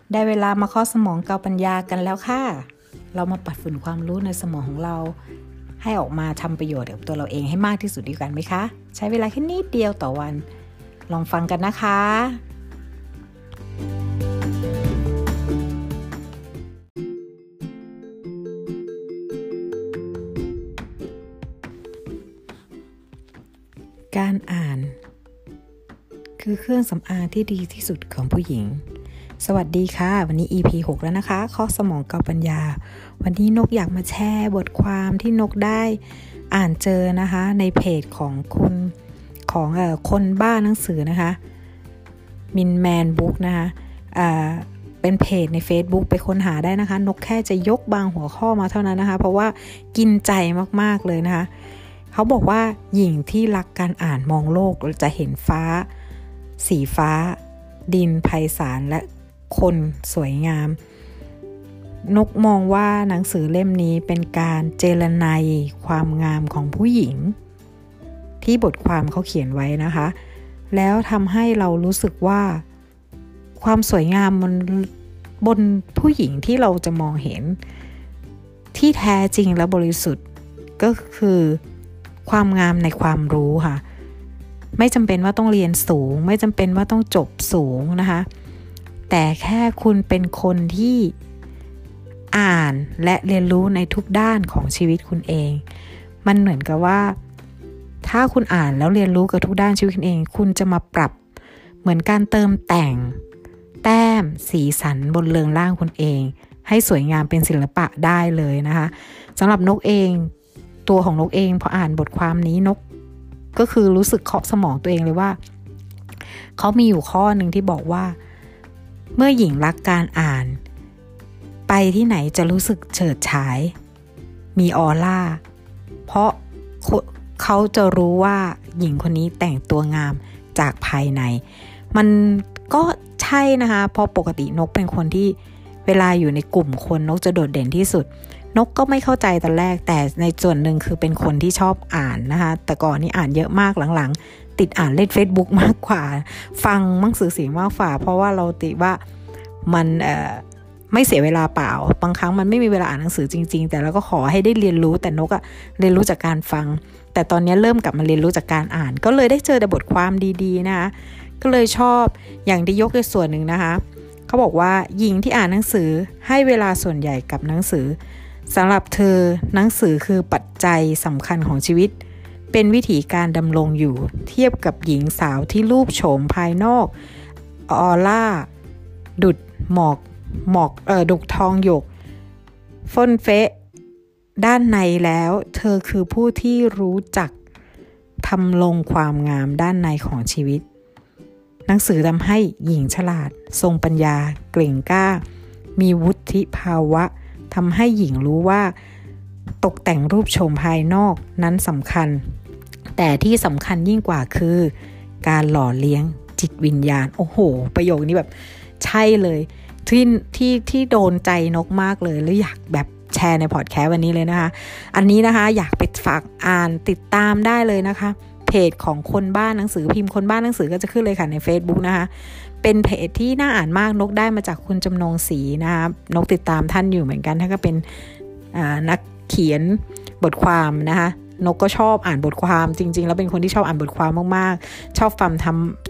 ได้เวลามาเคาะสมองเกาปัญญากันแล้วค่ะเรามาปัดฝุ่นความรู้ในสมองของเราให้ออกมาทำประโยชน์กับตัวเราเองให้มากที่สุดดีกันไหมคะใช้เวลาแค่นิดเดียวต่อวันลองฟังกันนะคะการอ่านคือเครื่องสำอางที่ดีที่สุดของผู้หญิงสวัสดีค่ะวันนี้ EP 6 แล้วนะคะข้อสมองเกาปัญญาวันนี้นกอยากมาแชร์บทความที่นกได้อ่านเจอนะคะในเพจของคุณของคนบ้าหนังสือนะคะมินแมนบุ๊กนะคะเป็นเพจใน Facebook ไปค้นหาได้นะคะนกแค่จะยกบางหัวข้อมาเท่านั้นนะคะเพราะว่ากินใจมากๆเลยนะคะเขาบอกว่าหญิงที่รักการอ่านมองโลกจะเห็นฟ้าสีฟ้าดินไพศาลและคนสวยงามนกมองว่าหนังสือเล่มนี้เป็นการเจรไนความงามของผู้หญิงที่บทความเขาเขียนไว้นะคะแล้วทำให้เรารู้สึกว่าความสวยงามบนผู้หญิงที่เราจะมองเห็นที่แท้จริงและบริสุทธิ์ก็คือความงามในความรู้ค่ะไม่จำเป็นว่าต้องเรียนสูงไม่จำเป็นว่าต้องจบสูงนะคะแต่แค่คุณเป็นคนที่อ่านและเรียนรู้ในทุกด้านของชีวิตคุณเองมันเหมือนกับว่าถ้าคุณอ่านแล้วเรียนรู้กับทุกด้านชีวิตคุณเองคุณจะมาปรับเหมือนการเติมแต่งแต้มสีสันบนเรือนร่างคุณเองให้สวยงามเป็นศิลปะได้เลยนะคะสำหรับนกเองตัวของนกเองพออ่านบทความนี้นกก็คือรู้สึกเคาะสมองตัวเองเลยว่าเขามีอยู่ข้อหนึ่งที่บอกว่าเมื่อหญิงรักการอ่านไปที่ไหนจะรู้สึกเฉิดฉายมีออร่าเพราะเขาจะรู้ว่าหญิงคนนี้แต่งตัวงามจากภายในมันก็ใช่นะคะเพราะปกตินกเป็นคนที่เวลาอยู่ในกลุ่มคนนกจะโดดเด่นที่สุดนกก็ไม่เข้าใจตอนแรกแต่ในส่วนหนึ่งคือเป็นคนที่ชอบอ่านนะคะแต่ก่อนนี่อ่านเยอะมากหลังๆติดอ่านเล่น Facebook มากกว่าฟังหนังสือเสียงมากกว่าเพราะว่าเราติดว่ามันไม่เสียเวลาเปล่าบางครั้งมันไม่มีเวลาอ่านหนังสือจริงๆแต่เราก็ขอให้ได้เรียนรู้แต่นกเรียนรู้จากการฟังแต่ตอนนี้เริ่มกลับมาเรียนรู้จากการอ่านก็เลยได้เจอแต่บทความดีๆนะคะก็เลยชอบอย่างที่ยกในส่วนหนึ่งนะคะเขาบอกว่าหญิงที่อ่านหนังสือให้เวลาส่วนใหญ่กับหนังสือสำหรับเธอหนังสือคือปัจจัยสำคัญของชีวิตเป็นวิถีการดำรงอยู่เทียบกับหญิงสาวที่รูปโฉมภายนอกออร่าดุจหมอกดุกทองหยกฟ้นเฟะด้านในแล้วเธอคือผู้ที่รู้จักทำลงความงามด้านในของชีวิตหนังสือทำให้หญิงฉลาดทรงปัญญาเก่งกล้ามีวุฒิภาวะทำให้หญิงรู้ว่าตกแต่งรูปโฉมภายนอกนั้นสำคัญแต่ที่สำคัญยิ่งกว่าคือการหล่อเลี้ยงจิตวิญญาณโอ้โหประโยคนี้แบบใช่เลยที่โดนใจนกมากเลยแล้วอยากแบบแชร์ในพอดแคสต์วันนี้เลยนะคะอันนี้นะคะอยากไปฝากอ่านติดตามได้เลยนะคะเพจของคนบ้านหนังสือพิมพ์คนบ้านหนังสือก็จะขึ้นเลยค่ะใน Facebook นะคะเป็นเพจที่น่าอ่านมากนกได้มาจากคุณจำนงศรีนะคะนกติดตามท่านอยู่เหมือนกันท่านก็เป็นนักเขียนบทความนะคะนกก็ชอบอ่านบทความจริงๆแล้วเป็นคนที่ชอบอ่านบทความมากๆชอบฟัง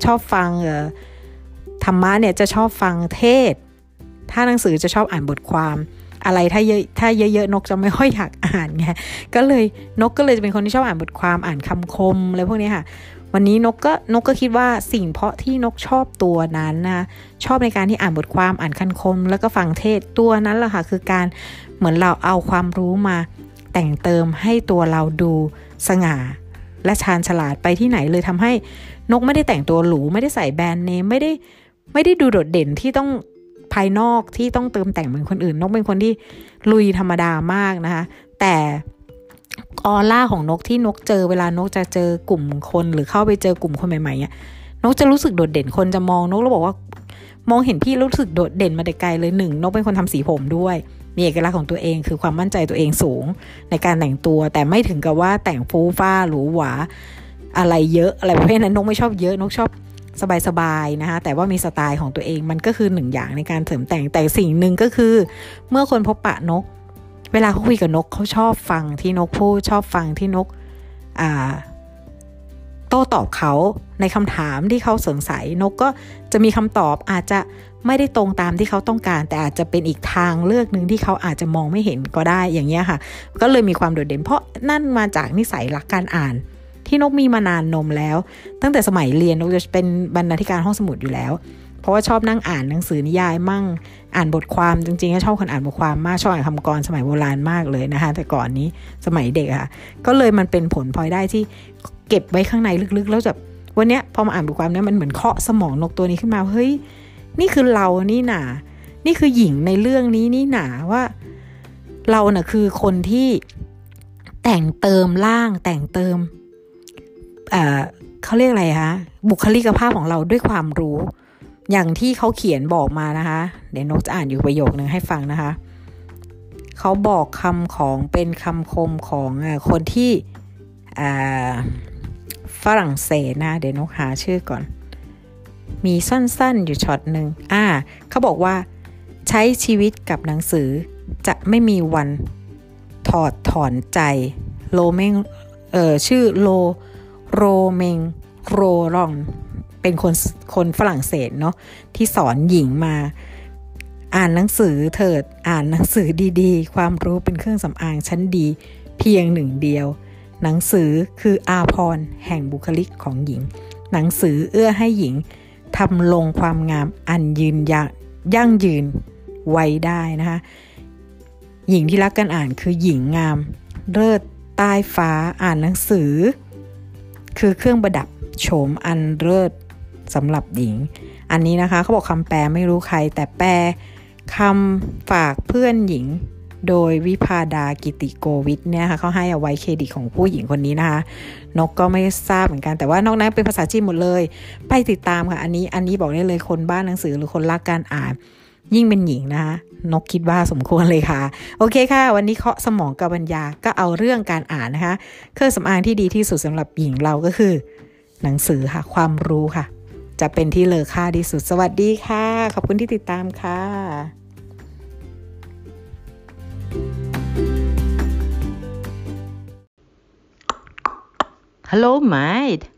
ธรรมะเนี่ยจะชอบฟังเทศถ้าหนังสือจะชอบอ่านบทความอะไรถ้าเยอะๆนกจะไม่ค่อยอยากอ่านไงนกก็เลยจะเป็นคนที่ชอบอ่านบทความอ่านคำคมอะไรพวกนี้ค่ะวันนี้นกก็คิดว่าสิ่งเพราะที่นกชอบตัวนั้นนะชอบในการที่อ่านบทความอ่านคำคมแล้วก็ฟังเทศตัวนั้นแหละค่ะคือการเหมือนเราเอาความรู้มาแต่งเติมให้ตัวเราดูสง่าและชาญฉลาดไปที่ไหนเลยทำให้นกไม่ได้แต่งตัวหรูไม่ได้ใส่แบรนด์เนมไม่ได้ดูโดดเด่นที่ต้องภายนอกที่ต้องเติมแต่งเหมือนคนอื่นนกเป็นคนที่ลุยธรรมดามากนะคะแต่ออร่าของนกที่นกเจอเวลานกจะเจอกลุ่มคนหรือเข้าไปเจอกลุ่มคนใหม่ๆเนี่ยนกจะรู้สึกโดดเด่นคนจะมองนกแล้วบอกว่ามองเห็นพี่รู้สึกโดดเด่นมาแต่ไกลเลยนกเป็นคนทำสีผมด้วยมีเอกลักษณ์ของตัวเองคือความมั่นใจตัวเองสูงในการแต่งตัวแต่ไม่ถึงกับว่าแต่งฟูฟ้าหรูหราอะไรเยอะอะไรประเภทนั้นนกไม่ชอบเยอะนกชอบสบายๆนะคะแต่ว่ามีสไตล์ของตัวเองมันก็คือหนึ่งอย่างในการเสริมแต่งแต่สิ่งหนึ่งก็คือเมื่อคนพบปะนกเวลาเขาคุยกับนกเขาชอบฟังที่นกพูดชอบฟังที่นกโต้ตอบเขาในคำถามที่เขาสงสัยนกก็จะมีคำตอบอาจจะไม่ได้ตรงตามที่เขาต้องการแต่อาจจะเป็นอีกทางเลือกหนึ่งที่เขาอาจจะมองไม่เห็นก็ได้อย่างเงี้ยค่ะก็เลยมีความโดดเด่นเพราะนั่นมาจากนิสัยรักการอ่านที่นกมีมานานนมแล้วตั้งแต่สมัยเรียนนกจะเป็นบรรณาธิการห้องสมุดอยู่แล้วเพราะว่าชอบนั่งอ่านหนังสือนิยายมั่งอ่านบทความจริงๆก็ชอบคนอ่านบทความมากชอบอ่านคำกรสมัยโบราณมากเลยนะคะแต่ก่อนนี้สมัยเด็กค่ะก็เลยมันเป็นผลพลอยได้ที่เก็บไว้ข้างในลึกๆแล้วแบบวันเนี้ยพอมาอ่านบทความเนี้ยมันเหมือนเคาะสมองนกตัวนี้ขึ้นมาเฮ้ยนี่คือเรานี่หนานี่คือหญิงในเรื่องนี้นี่หนาว่าเราน่ะคือคนที่แต่งเติมร่างแต่งเติมเขาเรียกอะไรคะบุคลิกภาพของเราด้วยความรู้อย่างที่เขาเขียนบอกมานะคะเดี๋ยวนกจะอ่านอยู่ประโยคนึงให้ฟังนะคะเขาบอกคำของเป็นคำคมของคนที่ฝรั่งเศสนะเดี๋ยวนกหาชื่อก่อนมีสั้นๆอยู่ช็อตนึงเขาบอกว่าใช้ชีวิตกับหนังสือจะไม่มีวันถอดถอนใจโลเมงชื่อโรเมงโรรองเป็นคนฝรั่งเศสเนาะที่สอนหญิงมาอ่านหนังสือเถิดอ่านหนังสือดีๆความรู้เป็นเครื่องสำอางชั้นดีเพียงหนึ่งเดียวหนังสือคืออาภรณ์แห่งบุคลิกของหญิงหนังสือเอื้อให้หญิงทำลงความงามอันยั่งยืนไว้ได้นะคะหญิงที่รักการอ่านคือหญิงงามเลิศใต้ฟ้าอ่านหนังสือคือเครื่องประดับโฉมอันเลิศสำหรับหญิงอันนี้นะคะเขาบอกคำแปลไม่รู้ใครแต่แปลคำฝากเพื่อนหญิงโดยวิภาดากิติโกวิทเนี่ยค่ะเขาให้เอาไว้เครดิตของผู้หญิงคนนี้นะคะนกก็ไม่ทราบเหมือนกันแต่ว่านอกนั้นเป็นภาษาจีนหมดเลยไปติดตามค่ะอันนี้บอกได้เลยคนบ้านหนังสือหรือคนรักการอ่านยิ่งเป็นหญิงนะคะนกคิดว่าสมควรเลยค่ะโอเคค่ะวันนี้เคาะสมองกับบรรยาก็เอาเรื่องการอ่านนะคะเครื่องสำอางที่ดีที่สุดสำหรับหญิงเราก็คือหนังสือค่ะความรู้ค่ะจะเป็นที่เลอค่าที่สุดสวัสดีค่ะขอบคุณที่ติดตามค่ะ Hello, mate.